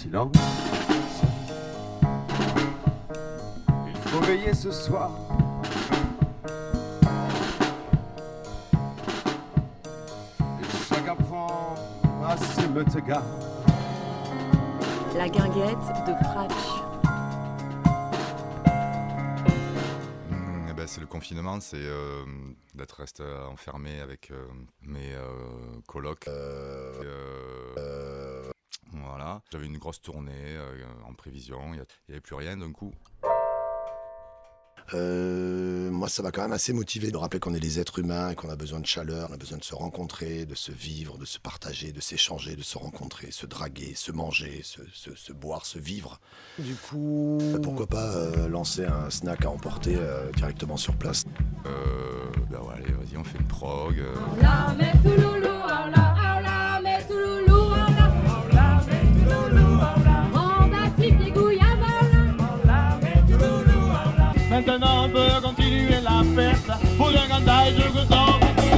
silence. Il faut veiller ce soir. Et chacun prend à ses égard. La guinguette de Pratch. C'est le confinement, c'est d'être resté enfermé avec mes colocs. Voilà. J'avais une grosse tournée en prévision, il n'y avait plus rien d'un coup. Moi, ça m'a quand même assez motivé de rappeler qu'on est des êtres humains et qu'on a besoin de chaleur, on a besoin de se rencontrer, de se vivre, de se partager, de s'échanger, de se rencontrer, se draguer, se manger, se boire, se vivre. Du coup, pourquoi pas lancer un snack à emporter directement sur place. Ben ouais, allez, vas-y, on fait une prog. Maintenant on peut continuer la fête pour un gandage de temps.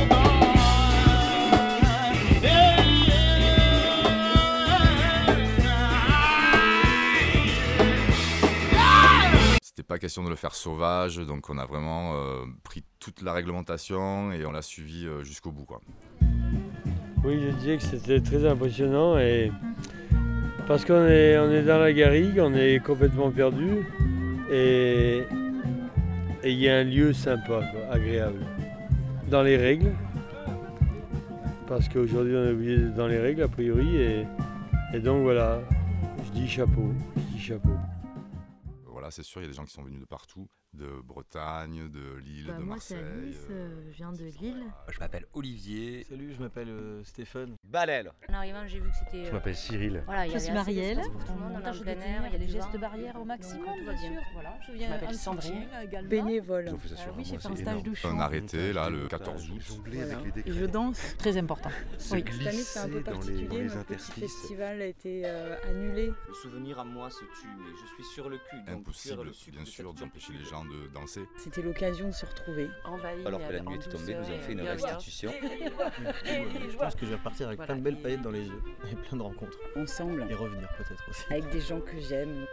C'était pas question de le faire sauvage, donc on a vraiment pris toute la réglementation et on l'a suivi jusqu'au bout, quoi. Oui, je disais que c'était très impressionnant et parce qu'on est dans la garrigue, on est complètement perdu et il y a un lieu sympa, quoi, agréable. Dans les règles, parce qu'aujourd'hui on est obligé d'être dans les règles a priori et donc voilà, je dis chapeau. Voilà, c'est sûr, il y a des gens qui sont venus de partout, de Bretagne, de Lille, de moi Marseille. c'est Alice, je viens de Lille. Je m'appelle Olivier. Salut, je m'appelle Stéphane. Balel. En arrivant, j'ai vu que c'était. Je m'appelle Cyril. Voilà, il y Je suis avait assez Marielle. d'espace pour tout le monde, on est en plein air, il y a les gestes barrières au maximum, bien sûr. Voilà, je viens m'appelle en Sandrine, soutien également. Bénévole. Oui, j'ai fait un stage de chant. On a arrêté là le 14 août. Et je danse. Très important. Oui. Cette année c'est un peu particulier, notre petit festival a été annulé. Le souvenir à moi se tue, mais je suis sur le cul. Donc Impossible, le sucre bien de sûr, cette d'empêcher les gens de danser. C'était l'occasion de se retrouver. Alors que la nuit était tombée, nous avons fait une restitution. Je pense que je vais repartir avec plein de belles paillettes dans les yeux et plein de rencontres. Ensemble. Et revenir peut-être aussi. Avec des gens que j'aime.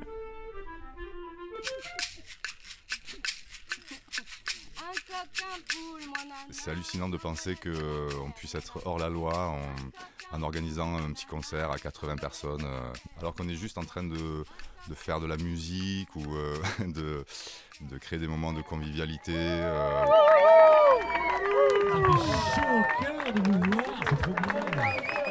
C'est hallucinant de penser qu'on puisse être hors la loi en organisant un petit concert à 80 personnes, alors qu'on est juste en train de faire de la musique ou de créer des moments de convivialité. Ça fait chaud au cœur de vous voir, c'est trop bien.